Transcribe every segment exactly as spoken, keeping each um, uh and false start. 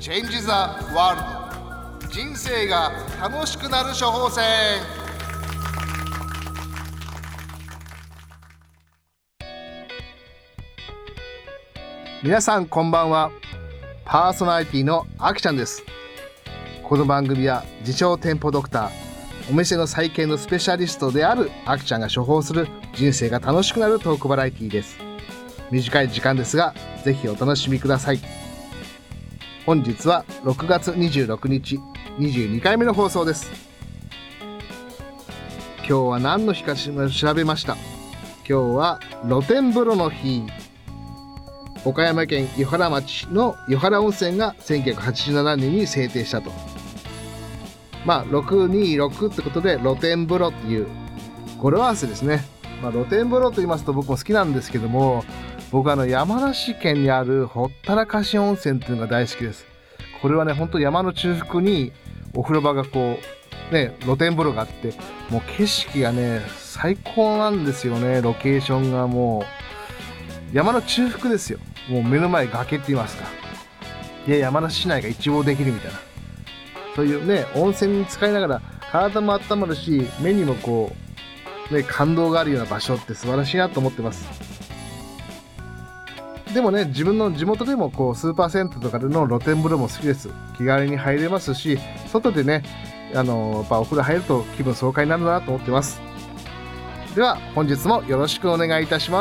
Change the World 人生が楽しくなる処方箋。皆さんこんばんは。パーソナリティのあきちゃんです。この番組は自称店舗ドクター、お店の再建のスペシャリストであるあきちゃんが処方する人生が楽しくなるトークバラエティです。短い時間ですがぜひお楽しみください。本日はろくがつにじゅうろくにちにじゅうにかいめの放送です。今日は何の日か調べました。今日は露天風呂の日。岡山県湯原町の湯原温泉がせんきゅうひゃくはちじゅうななねんに制定したと。まあろくにろくってことで露天風呂っていう語呂合わせですね。まあ、露天風呂と言いますと僕も好きなんですけども、僕はあの山梨県にあるほったらかし温泉っていうのが大好きです。これはね本当山の中腹にお風呂場がこうね露天風呂があって、もう景色がね最高なんですよね。ロケーションがもう山の中腹ですよ。もう目の前崖って言いますか。で山梨市内が一望できるみたいな、そういうね温泉に使いながら体も温まるし目にもこうね感動があるような場所って素晴らしいなと思ってます。でもね自分の地元でもこうスーパー銭湯とかでの露天風呂も好きです。気軽に入れますし、外でねあのやっぱお風呂入ると気分爽快になるなと思ってます。では本日もよろしくお願いいたします。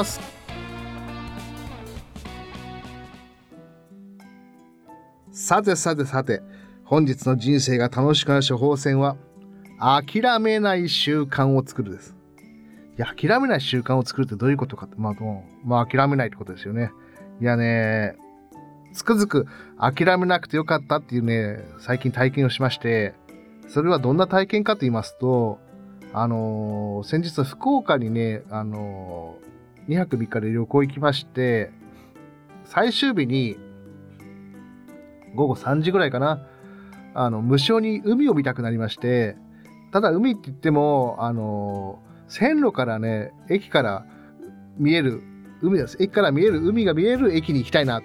さてさてさて本日の人生が楽しくなる処方箋は諦めない習慣を作るです。いや諦めない習慣を作るってどういうことかって、まあ、まあ諦めないってことですよね。いやねつくづく諦めなくてよかったっていうね最近体験をしまして、それはどんな体験かと言いますと、あのー、先日福岡にね、あのー、にはくみっかで旅行行きまして、最終日にごごさんじぐらいかな、あの無性に海を見たくなりまして、ただ海って言ってもあのー、線路からね駅から見える海です。駅から見える海が見える駅に行きたいな。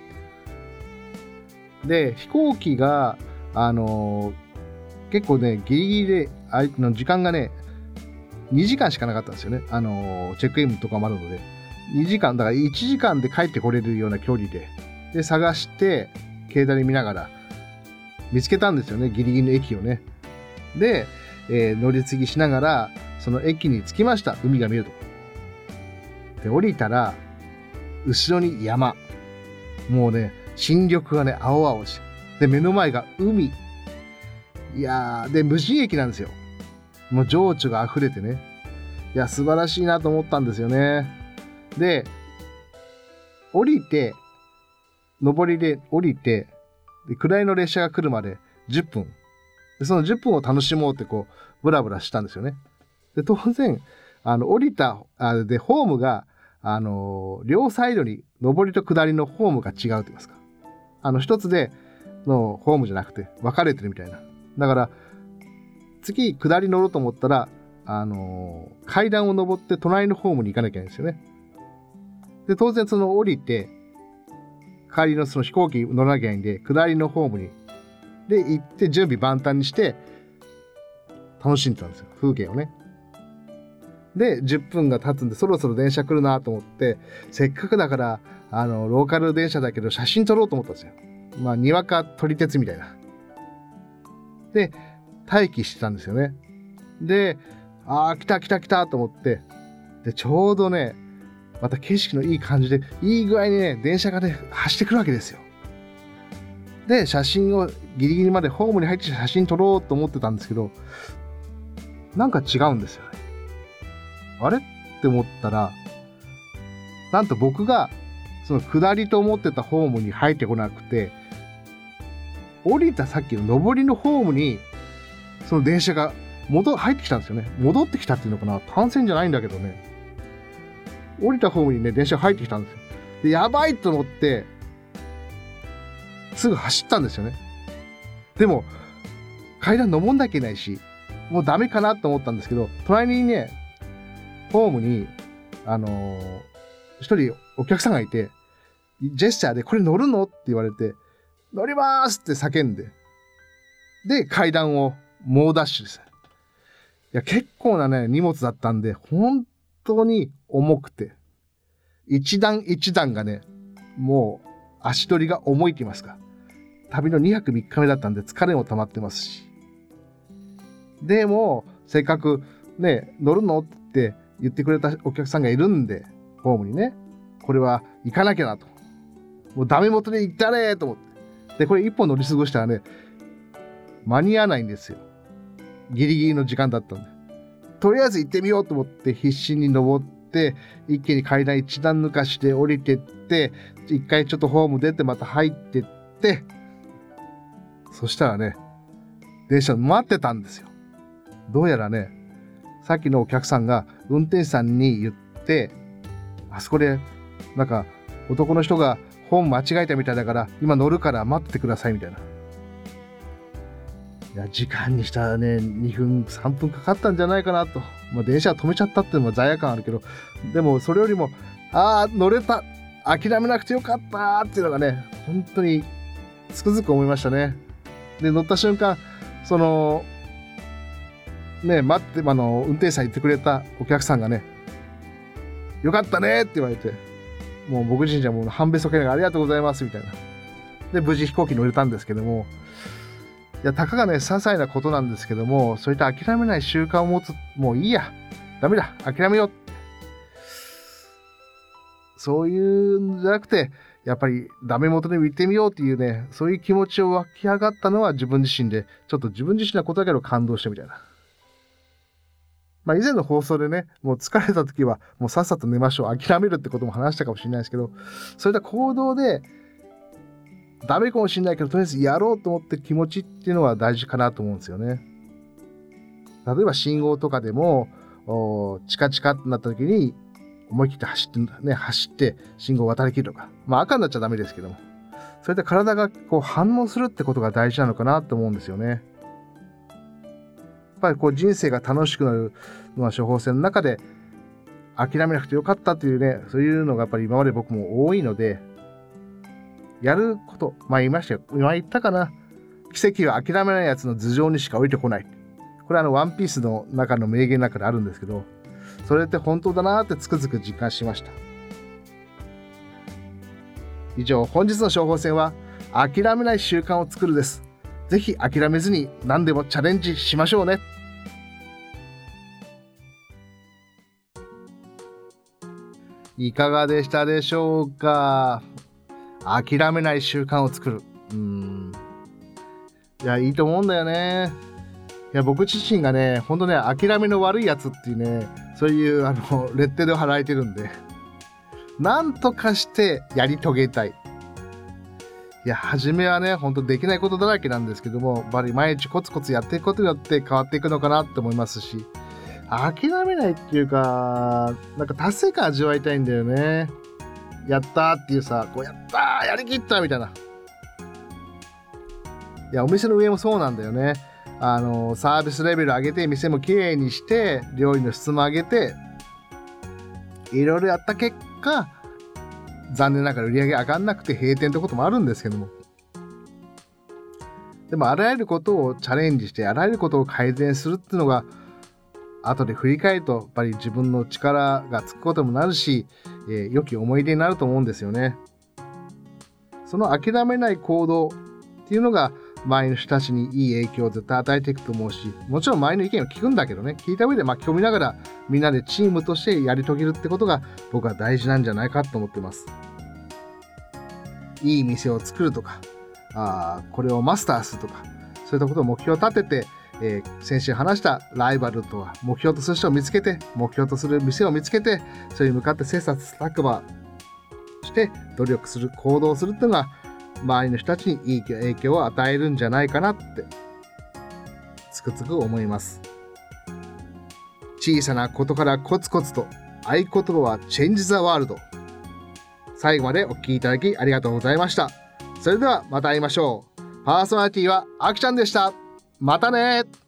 で飛行機があのー、結構ねギリギリであの時間がねにじかんしかなかったんですよね。あのー、チェックインとかもあるのでにじかんだからいちじかんで帰ってこれるような距離でで探して携帯見ながら見つけたんですよね、ギリギリの駅をね。で、えー、乗り継ぎしながらその駅に着きました。海が見えるとこで降りたら後ろに山、もうね新緑がね青々して、で目の前が海、いやーで無人駅なんですよ。もう情緒が溢れてね、いや素晴らしいなと思ったんですよね。で降りて上りで降りてで下りの列車が来るまでじゅっぷんで、そのじゅっぷんを楽しもうってこうブラブラしたんですよね。で当然あの降りたあでホームがあの両サイドに上りと下りのホームが違うと言いますか、あの一つでのホームじゃなくて分かれてるみたいな。だから次下り乗ろうと思ったらあの階段を上って隣のホームに行かなきゃいけないんですよね。で当然その降りて帰りのその飛行機乗らなきゃいけないんで下りのホームにで行って準備万端にして楽しんでたんですよ、風景をね。でじゅっぷんが経つんでそろそろ電車来るなと思って、せっかくだからあのローカル電車だけど写真撮ろうと思ったんですよ。まあにわか撮り鉄みたいな。で待機してたんですよね。であー来た来た来たと思って、でちょうどねまた景色のいい感じでいい具合にね電車がね走ってくるわけですよ。で写真をギリギリまでホームに入って写真撮ろうと思ってたんですけど、なんか違うんですよね。あれって思ったら、なんと僕がその下りと思ってたホームに入ってこなくて、降りたさっきの上りのホームにその電車が戻入ってきたんですよね。戻ってきたっていうのかな、単線じゃないんだけどね、降りたホームにね電車が入ってきたんですよ。でやばいと思ってすぐ走ったんですよね。でも階段登んなきゃいけないしもうダメかなと思ったんですけど、隣にねホームにあのー、一人お客さんがいて、ジェスチャーでこれ乗るのって言われて、 乗りますって叫んで、で階段を猛ダッシュです。いや結構なね荷物だったんで本当に重くて、一段一段がねもう足取りが重いって言いますか、旅のにはくみっかめだったんで疲れも溜まってますし、でもせっかくね乗るのって言ってくれたお客さんがいるんで、ホームにねこれは行かなきゃなと、もうダメ元で行ったれと思って、でこれ一本乗り過ごしたらね間に合わないんですよ。ギリギリの時間だったんで、とりあえず行ってみようと思って必死に登って、一気に階段一段抜かして降りてって、一回ちょっとホーム出てまた入ってって、そしたらね電車待ってたんですよ。どうやらねさっきのお客さんが運転手さんに言って、あそこでなんか男の人がホーム間違えたみたいだから今乗るから待っててくださいみたいな。いや時間にしたらねにふんさんぷんかかったんじゃないかなと、まあ、電車止めちゃったっていうのも罪悪感あるけど、でもそれよりもああ乗れた、諦めなくてよかったっていうのがね本当につくづく思いましたね。で乗った瞬間そのね待ってあの運転手さん言ってくれたお客さんがねよかったねって言われて、もう僕自身じゃもう半べそけながらありがとうございますみたいなで無事飛行機に乗れたんですけども、いやたかがね些細なことなんですけども、そういった諦めない習慣を持つ、もういいやダメだ諦めよう、そういうんじゃなくてやっぱりダメ元で行ってみようっていうね、そういう気持ちを湧き上がったのは自分自身で、ちょっと自分自身のことだけど感動したみたいな。まあ以前の放送でねもう疲れた時はもうさっさと寝ましょう、諦めるってことも話したかもしれないですけど、そういった行動でダメかもしれないけどとりあえずやろうと思ってる気持ちっていうのは大事かなと思うんですよね。例えば信号とかでもチカチカってなった時に思い切って走ってね走って信号を渡りきるとか、まあ赤になっちゃダメですけども、そういった体がこう反応するってことが大事なのかなと思うんですよね。やっぱりこう人生が楽しくなるのは処方箋の中で諦めなくてよかったっていうね、そういうのがやっぱり今まで僕も多いので、やること、まあ言いましたよ、今言ったかな、奇跡は諦めないやつの頭上にしか降りてこない、これはあのワンピースの中の名言の中であるんですけど、それって本当だなってつくづく実感しました。以上本日の処方箋は諦めない習慣を作るです。ぜひ諦めずに何でもチャレンジしましょうね。いかがでしたでしょうか。諦めない習慣を作る、うーんいやいいと思うんだよね。いや僕自身がねほんとね諦めの悪いやつっていうね、そういうあのレッテルを貼られてるんで、なんとかしてやり遂げたい。いや初めはねほんとできないことだらけなんですけども、やっぱり毎日コツコツやっていくことによって変わっていくのかなって思いますし、諦めないっていうかなんか達成感味わいたいんだよね。やったーっていうさ、こうやったーやりきったみたいな。いやお店の上もそうなんだよね。あのサービスレベル上げて店もきれいにして料理の質も上げていろいろやった結果、残念ながら売り上げ上がんなくて閉店ってこともあるんですけども、でもあらゆることをチャレンジしてあらゆることを改善するっていうのが後で振り返るとやっぱり自分の力がつくこともなるし、えー、良き思い出になると思うんですよね。その諦めない行動っていうのが周りの人たちにいい影響を絶対与えていくと思うし、もちろん周りの意見を聞くんだけどね、聞いた上で巻き込みながらみんなでチームとしてやり遂げるってことが僕は大事なんじゃないかと思ってます。いい店を作るとか、あこれをマスターするとか、そういったことを目標を立てて、えー、先週話したライバルとは目標とする人を見つけて、目標とする店を見つけて、それに向かって切磋琢磨して努力する、行動するっていうのが周りの人たちにいい影響を与えるんじゃないかなってつくづく思います。小さなことからコツコツと、合言葉はチェンジザワールド。最後までお聞きいただきありがとうございました。それではまた会いましょう。パーソナリティはあきちゃんでした。またね。